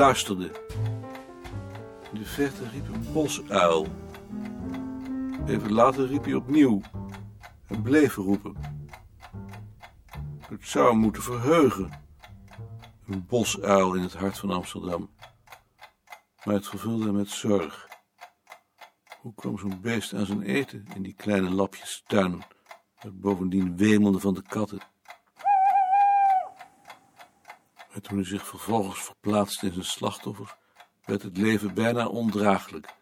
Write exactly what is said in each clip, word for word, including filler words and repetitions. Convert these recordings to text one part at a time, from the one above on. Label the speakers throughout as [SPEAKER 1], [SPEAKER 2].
[SPEAKER 1] luisterde. In de verte riep een bosuil. Even later riep hij opnieuw. En bleef roepen. Het zou moeten verheugen. Een bosuil in het hart van Amsterdam. Maar het vervulde hem met zorg. Hoe kwam zo'n beest aan zijn eten in die kleine lapjes tuin, dat bovendien wemelde van de katten? En toen hij zich vervolgens verplaatste in zijn slachtoffer, werd het leven bijna ondraaglijk.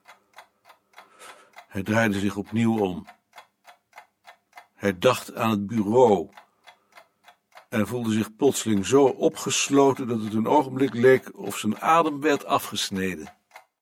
[SPEAKER 1] Hij draaide zich opnieuw om. Hij dacht aan het bureau en voelde zich plotseling zo opgesloten dat het een ogenblik leek of zijn adem werd afgesneden.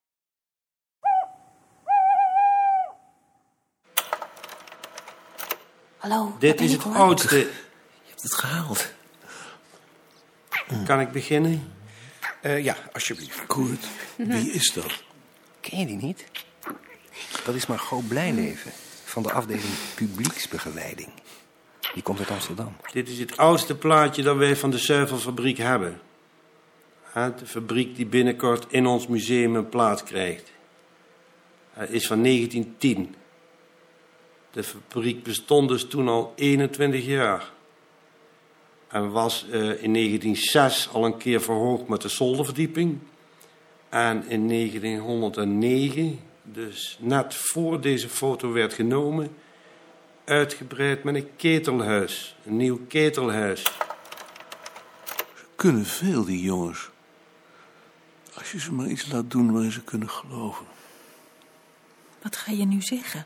[SPEAKER 2] Hallo,
[SPEAKER 3] dit is het
[SPEAKER 2] hoor.
[SPEAKER 3] oudste.
[SPEAKER 4] Je hebt het gehaald.
[SPEAKER 3] Kan ik beginnen?
[SPEAKER 5] Uh, ja, alsjeblieft.
[SPEAKER 1] Kurt, wie is dat?
[SPEAKER 4] Ken je die niet? Dat is Margot Blijleven van de afdeling publieksbegeleiding. Die komt uit Amsterdam.
[SPEAKER 3] Dit is het oudste plaatje dat wij van de zuivelfabriek hebben. De fabriek die binnenkort in ons museum een plaats krijgt. Het is van negentien tien. De fabriek bestond dus toen al eenentwintig jaar. En was uh, in negentien zes al een keer verhoogd met de zolderverdieping. En in negentienhonderdnegen, dus net voor deze foto werd genomen, uitgebreid met een ketelhuis. Een nieuw ketelhuis.
[SPEAKER 1] Ze kunnen veel, die jongens. Als je ze maar iets laat doen waarin ze kunnen geloven.
[SPEAKER 2] Wat ga je nu zeggen?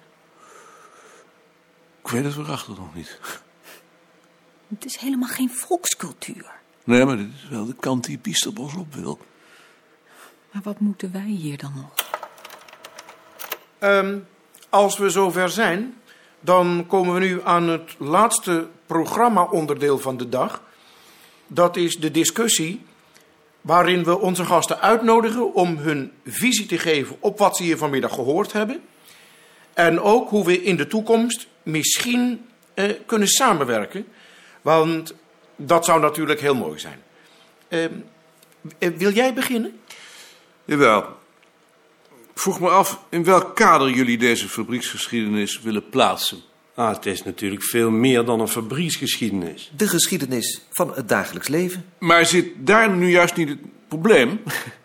[SPEAKER 1] Ik weet het waarachtig nog niet.
[SPEAKER 2] Het is helemaal geen volkscultuur.
[SPEAKER 1] Nee, maar dit is wel de kant die Piester ons op wil.
[SPEAKER 2] Maar wat moeten wij hier dan nog?
[SPEAKER 5] Um, als we zover zijn, dan komen we nu aan het laatste programma-onderdeel van de dag. Dat is de discussie waarin we onze gasten uitnodigen om hun visie te geven op wat ze hier vanmiddag gehoord hebben. En ook hoe we in de toekomst misschien uh, kunnen samenwerken. Want dat zou natuurlijk heel mooi zijn. Uh, uh, wil jij beginnen?
[SPEAKER 1] Jawel. Ik vroeg me af in welk kader jullie deze fabrieksgeschiedenis willen plaatsen.
[SPEAKER 3] Ah, het is natuurlijk veel meer dan een fabrieksgeschiedenis.
[SPEAKER 4] De geschiedenis van het dagelijks leven.
[SPEAKER 1] Maar zit daar nu juist niet het probleem?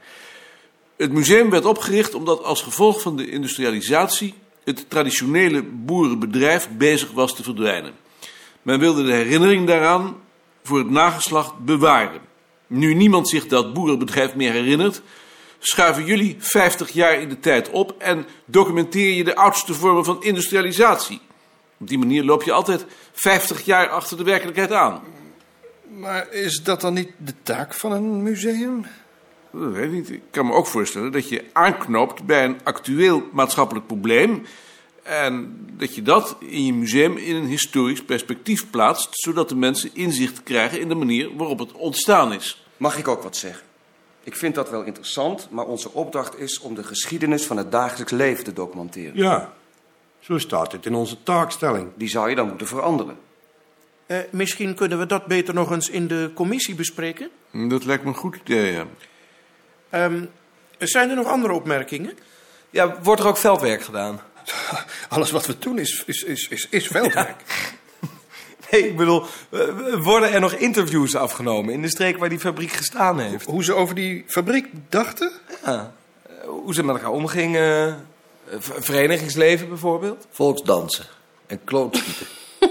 [SPEAKER 1] Het museum werd opgericht omdat als gevolg van de industrialisatie het traditionele boerenbedrijf bezig was te verdwijnen. Men wilde de herinnering daaraan voor het nageslacht bewaren. Nu niemand zich dat boerenbedrijf meer herinnert, schuiven jullie vijftig jaar in de tijd op en documenteer je de oudste vormen van industrialisatie. Op die manier loop je altijd vijftig jaar achter de werkelijkheid aan.
[SPEAKER 6] Maar is dat dan niet de taak van een museum?
[SPEAKER 1] Dat weet ik niet. Ik kan me ook voorstellen dat je aanknoopt bij een actueel maatschappelijk probleem en dat je dat in je museum in een historisch perspectief plaatst, zodat de mensen inzicht krijgen in de manier waarop het ontstaan is.
[SPEAKER 7] Mag ik ook wat zeggen? Ik vind dat wel interessant, maar onze opdracht is om de geschiedenis van het dagelijks leven te documenteren.
[SPEAKER 3] Ja, zo staat het in onze taakstelling.
[SPEAKER 7] Die zou je dan moeten veranderen.
[SPEAKER 5] Uh, misschien kunnen we dat beter nog eens in de commissie bespreken?
[SPEAKER 1] Dat lijkt me een goed idee, ja.
[SPEAKER 5] Um, zijn er nog andere opmerkingen?
[SPEAKER 4] Ja, wordt er ook veldwerk gedaan?
[SPEAKER 6] Alles wat we doen is, is, is, is, is veldwerk.
[SPEAKER 4] Nee, ik bedoel, worden er nog interviews afgenomen in de streek waar die fabriek gestaan heeft?
[SPEAKER 6] Hoe ze over die fabriek dachten?
[SPEAKER 4] Ja, hoe ze met elkaar omgingen. Verenigingsleven bijvoorbeeld.
[SPEAKER 8] Volksdansen en klootschieten.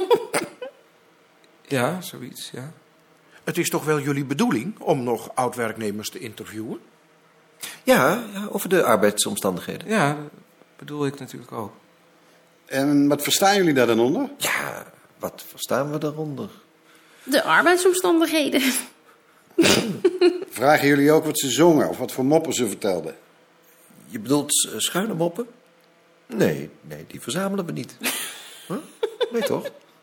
[SPEAKER 4] Ja, zoiets, ja.
[SPEAKER 5] Het is toch wel jullie bedoeling om nog oud-werknemers te interviewen?
[SPEAKER 8] Ja, ja, over de arbeidsomstandigheden.
[SPEAKER 4] Ja, dat bedoel ik natuurlijk ook.
[SPEAKER 6] En wat verstaan jullie daar dan onder?
[SPEAKER 8] Ja, wat verstaan we daaronder?
[SPEAKER 9] De arbeidsomstandigheden.
[SPEAKER 6] Vragen jullie ook wat ze zongen of wat voor moppen ze vertelden?
[SPEAKER 8] Je bedoelt uh, schuine moppen? Nee, nee, die verzamelen we niet. Huh? Nee, toch?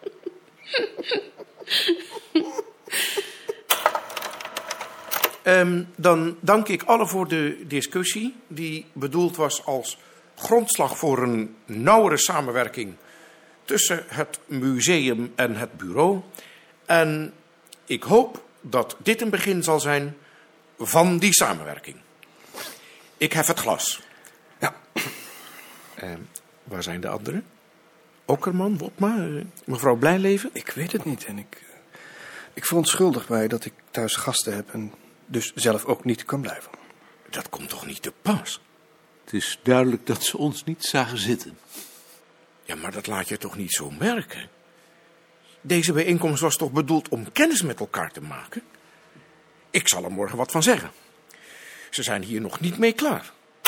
[SPEAKER 5] Um, dan dank ik allen voor de discussie die bedoeld was als grondslag voor een nauwere samenwerking tussen het museum en het bureau. En ik hoop dat dit een begin zal zijn van die samenwerking. Ik hef het glas.
[SPEAKER 8] Ja.
[SPEAKER 5] En waar zijn de anderen? Okkerman, Wopma, eh, mevrouw Blijleven?
[SPEAKER 4] Ik weet het niet en ik, ik verontschuldig mij dat ik thuis gasten heb en dus zelf ook niet kan blijven.
[SPEAKER 5] Dat komt toch niet te pas?
[SPEAKER 1] Het is duidelijk dat ze ons niet zagen zitten.
[SPEAKER 5] Ja, maar dat laat je toch niet zo merken? Deze bijeenkomst was toch bedoeld om kennis met elkaar te maken? Ik zal er morgen wat van zeggen. Ze zijn hier nog niet mee klaar.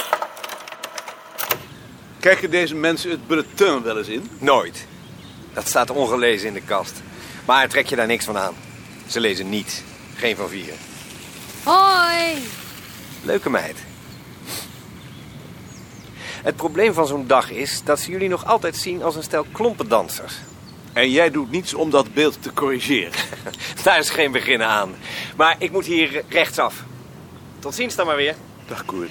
[SPEAKER 1] Kijken deze mensen het bulletin wel eens in?
[SPEAKER 10] Nooit. Dat staat ongelezen in de kast. Maar trek je daar niks van aan. Ze lezen niet. Geen van vier.
[SPEAKER 9] Hoi!
[SPEAKER 10] Leuke meid. Het probleem van zo'n dag is dat ze jullie nog altijd zien als een stel klompendansers.
[SPEAKER 1] En jij doet niets om dat beeld te corrigeren.
[SPEAKER 10] Daar is geen begin aan. Maar ik moet hier rechtsaf. Tot ziens dan maar weer.
[SPEAKER 1] Dag Koert.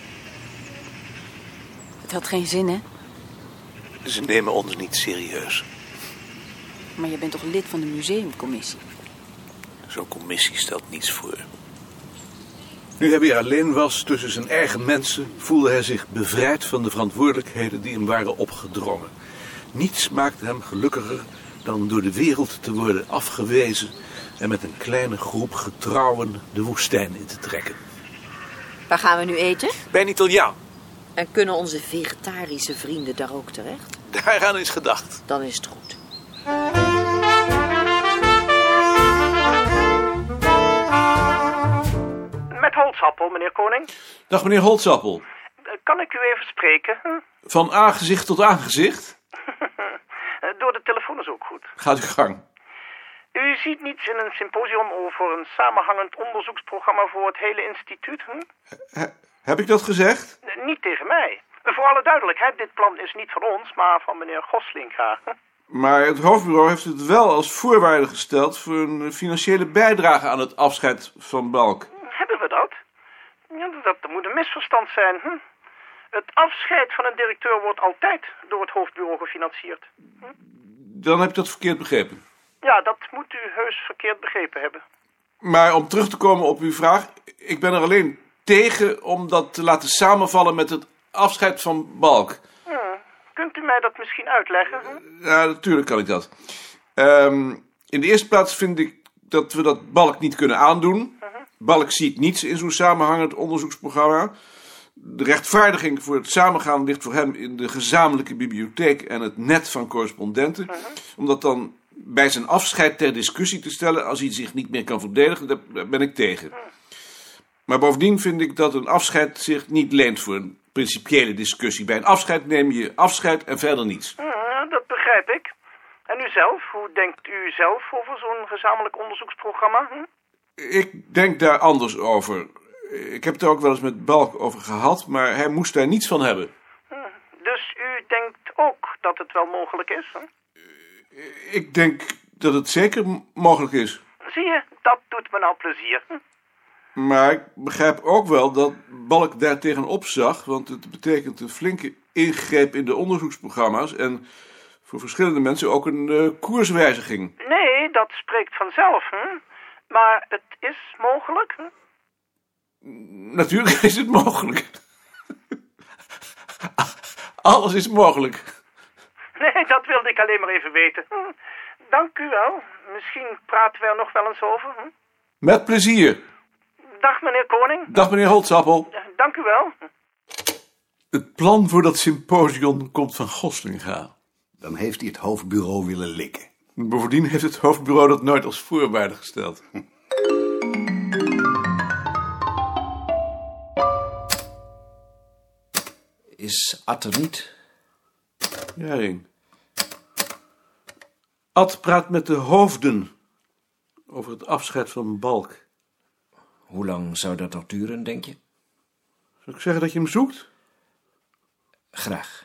[SPEAKER 2] Het had geen zin, hè?
[SPEAKER 1] Ze nemen ons niet serieus.
[SPEAKER 2] Maar je bent toch lid van de museumcommissie?
[SPEAKER 1] Zo'n commissie stelt niets voor. Nu hij weer alleen was tussen zijn eigen mensen, voelde hij zich bevrijd van de verantwoordelijkheden die hem waren opgedrongen. Niets maakte hem gelukkiger dan door de wereld te worden afgewezen en met een kleine groep getrouwen de woestijn in te trekken.
[SPEAKER 11] Waar gaan we nu eten?
[SPEAKER 1] Bij een Italiaan.
[SPEAKER 11] En kunnen onze vegetarische vrienden daar ook terecht?
[SPEAKER 1] Daaraan is gedacht.
[SPEAKER 11] Dan is het goed.
[SPEAKER 12] Met Holtzappel, meneer Koning.
[SPEAKER 1] Dag meneer Holtzappel.
[SPEAKER 12] Kan ik u even spreken? Hm?
[SPEAKER 1] Van aangezicht tot aangezicht?
[SPEAKER 12] Door de telefoon is ook goed.
[SPEAKER 1] Gaat uw gang.
[SPEAKER 12] U ziet niets in een symposium over een samenhangend onderzoeksprogramma voor het hele instituut? Hm?
[SPEAKER 1] He, heb ik dat gezegd?
[SPEAKER 12] Niet tegen mij. Voor alle duidelijkheid, dit plan is niet van ons, maar van meneer Goslinga.
[SPEAKER 1] Maar het hoofdbureau heeft het wel als voorwaarde gesteld voor een financiële bijdrage aan het afscheid van Balk.
[SPEAKER 12] Hebben we dat? Ja, dat moet een misverstand zijn. Hm? Het afscheid van een directeur wordt altijd door het hoofdbureau gefinancierd. Hm?
[SPEAKER 1] Dan heb ik dat verkeerd begrepen.
[SPEAKER 12] Ja, dat moet u heus verkeerd begrepen hebben.
[SPEAKER 1] Maar om terug te komen op uw vraag, ik ben er alleen tegen om dat te laten samenvallen met het afscheid van Balk.
[SPEAKER 12] Hm. Kunt u mij dat misschien uitleggen? Hm?
[SPEAKER 1] Ja, natuurlijk kan ik dat. Um, in de eerste plaats vind ik dat we dat Balk niet kunnen aandoen. Uh-huh. Balk ziet niets in zo'n samenhangend onderzoeksprogramma. De rechtvaardiging voor het samengaan ligt voor hem in de gezamenlijke bibliotheek en het net van correspondenten. Uh-huh. Om dat dan bij zijn afscheid ter discussie te stellen als hij zich niet meer kan verdedigen, daar ben ik tegen. Uh-huh. Maar bovendien vind ik dat een afscheid zich niet leent voor een principiële discussie. Bij een afscheid neem je afscheid en verder niets.
[SPEAKER 12] Ja, dat begrijp ik. En u zelf? Hoe denkt u zelf over zo'n gezamenlijk onderzoeksprogramma? Hm?
[SPEAKER 1] Ik denk daar anders over. Ik heb het er ook wel eens met Balk over gehad, maar hij moest daar niets van hebben.
[SPEAKER 12] Hm. Dus u denkt ook dat het wel mogelijk is? Hm?
[SPEAKER 1] Ik denk dat het zeker mogelijk is.
[SPEAKER 12] Zie je, dat doet me nou plezier. Hm?
[SPEAKER 1] Maar ik begrijp ook wel dat Balk daar tegenop zag, want het betekent een flinke ingreep in de onderzoeksprogramma's en voor verschillende mensen ook een uh, koerswijziging.
[SPEAKER 12] Nee, dat spreekt vanzelf, hè? Maar het is mogelijk, hè?
[SPEAKER 1] Natuurlijk is het mogelijk. Alles is mogelijk.
[SPEAKER 12] Nee, dat wilde ik alleen maar even weten. Hm. Dank u wel. Misschien praten we er nog wel eens over. Hm?
[SPEAKER 1] Met plezier.
[SPEAKER 12] Dag meneer Koning.
[SPEAKER 1] Dag meneer Holtzappel.
[SPEAKER 12] Dank u wel.
[SPEAKER 1] Het plan voor dat symposium komt van Goslinga.
[SPEAKER 13] Dan heeft hij het hoofdbureau willen likken.
[SPEAKER 1] Bovendien heeft het hoofdbureau dat nooit als voorwaarde gesteld.
[SPEAKER 8] Is Ad er niet?
[SPEAKER 1] Ja, Ring. Ad praat met de hoofden over het afscheid van Balk.
[SPEAKER 8] Hoe lang zou dat nog duren, denk je?
[SPEAKER 1] Zal ik zeggen dat je hem zoekt?
[SPEAKER 8] Graag.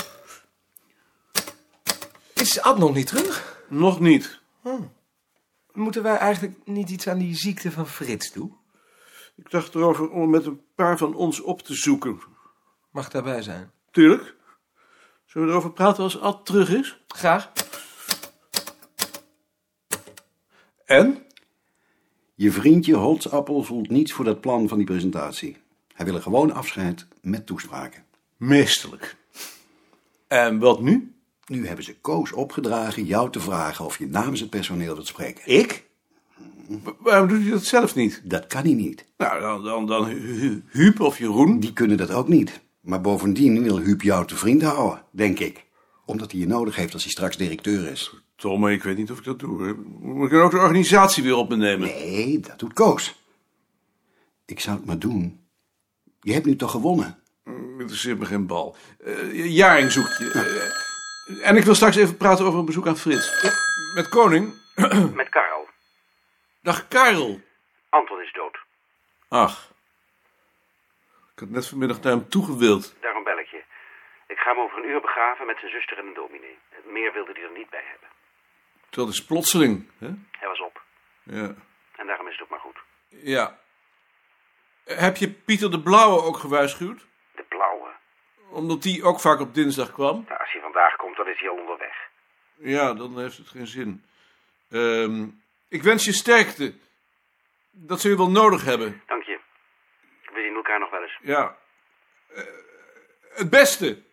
[SPEAKER 8] Is Ad nog niet terug?
[SPEAKER 1] Nog niet.
[SPEAKER 4] Oh. Moeten wij eigenlijk niet iets aan die ziekte van Frits doen?
[SPEAKER 1] Ik dacht erover om met een paar van ons op te zoeken.
[SPEAKER 4] Mag daarbij zijn?
[SPEAKER 1] Tuurlijk. Zullen we erover praten als Ad terug is?
[SPEAKER 4] Graag.
[SPEAKER 1] En?
[SPEAKER 13] Je vriendje Holtzappel voelt niets voor dat plan van die presentatie. Hij wil een gewoon afscheid met toespraken.
[SPEAKER 1] Meesterlijk. En wat nu?
[SPEAKER 13] Nu hebben ze Koos opgedragen jou te vragen of je namens het personeel wilt spreken.
[SPEAKER 1] Ik? Waarom doet hij dat zelf niet?
[SPEAKER 13] Dat kan hij niet.
[SPEAKER 1] Nou, dan, dan, dan Hu- Huub of Jeroen?
[SPEAKER 13] Die kunnen dat ook niet. Maar bovendien wil Huub jou te vriend houden, denk ik. Omdat hij je nodig heeft als hij straks directeur is.
[SPEAKER 1] Tom, ik weet niet of ik dat doe. Moet ik dan ook de organisatie weer op me nemen?
[SPEAKER 13] Nee, dat doet Koos. Ik zou het maar doen. Je hebt nu toch gewonnen?
[SPEAKER 1] Interesseert me geen bal. Uh, Jaring zoekt je. Uh, en ik wil straks even praten over een bezoek aan Frits. Uh, met Koning.
[SPEAKER 14] Met Karel.
[SPEAKER 1] Dag Karel.
[SPEAKER 14] Anton is dood.
[SPEAKER 1] Ach. Ik had net vanmiddag naar hem toegewild.
[SPEAKER 14] Daarom bel ik je. Ik ga hem over een uur begraven met zijn zuster en een dominee. Meer wilde hij er niet bij hebben.
[SPEAKER 1] Dat is plotseling, hè?
[SPEAKER 14] Hij was op.
[SPEAKER 1] Ja.
[SPEAKER 14] En daarom is het ook maar goed.
[SPEAKER 1] Ja. Heb je Pieter de Blauwe ook gewaarschuwd?
[SPEAKER 14] De Blauwe?
[SPEAKER 1] Omdat die ook vaak op dinsdag kwam?
[SPEAKER 14] Nou, als hij vandaag komt, dan is hij al onderweg.
[SPEAKER 1] Ja, dan heeft het geen zin. Um, ik wens je sterkte. Dat zul je wel nodig hebben.
[SPEAKER 14] Dank je. We zien elkaar nog wel eens.
[SPEAKER 1] Ja. Uh, het beste.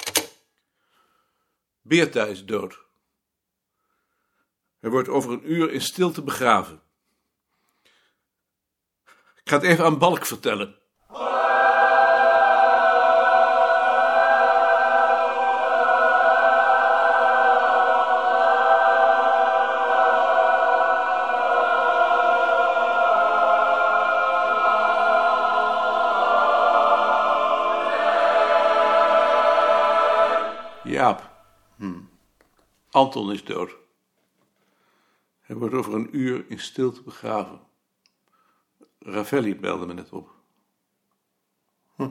[SPEAKER 1] Beerta is dood. Hij wordt over een uur in stilte begraven. Ik ga het even aan Balk vertellen. Jaap. Hm. Anton is dood. Hij wordt over een uur in stilte begraven. Ravelli belde me net op. Hm.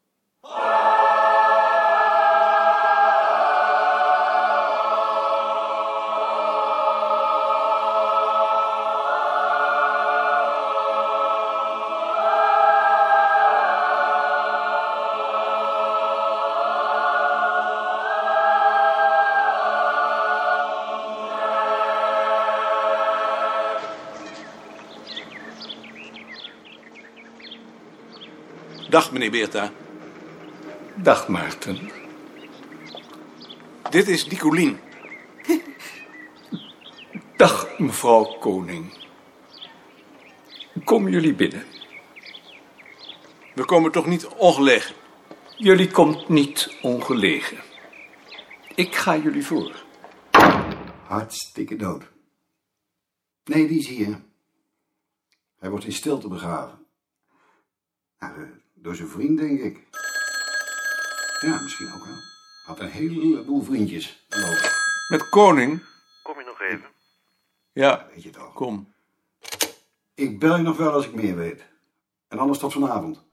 [SPEAKER 1] Dag, meneer Beerta.
[SPEAKER 15] Dag, Maarten.
[SPEAKER 1] Dit is Nicolien.
[SPEAKER 15] Dag, mevrouw Koning. Komen jullie binnen?
[SPEAKER 1] We komen toch niet ongelegen?
[SPEAKER 15] Jullie komt niet ongelegen. Ik ga jullie voor.
[SPEAKER 13] Hartstikke dood. Nee, die is hier. Hij wordt in stilte begraven. Nou, door zijn vriend, denk ik. Ja, misschien ook wel. Had een heleboel vriendjes. Lopen.
[SPEAKER 1] Met Koning?
[SPEAKER 14] Kom je nog even?
[SPEAKER 1] Ja,
[SPEAKER 13] weet je toch.
[SPEAKER 1] Kom.
[SPEAKER 13] Ik bel je nog wel als ik meer weet. En anders tot vanavond.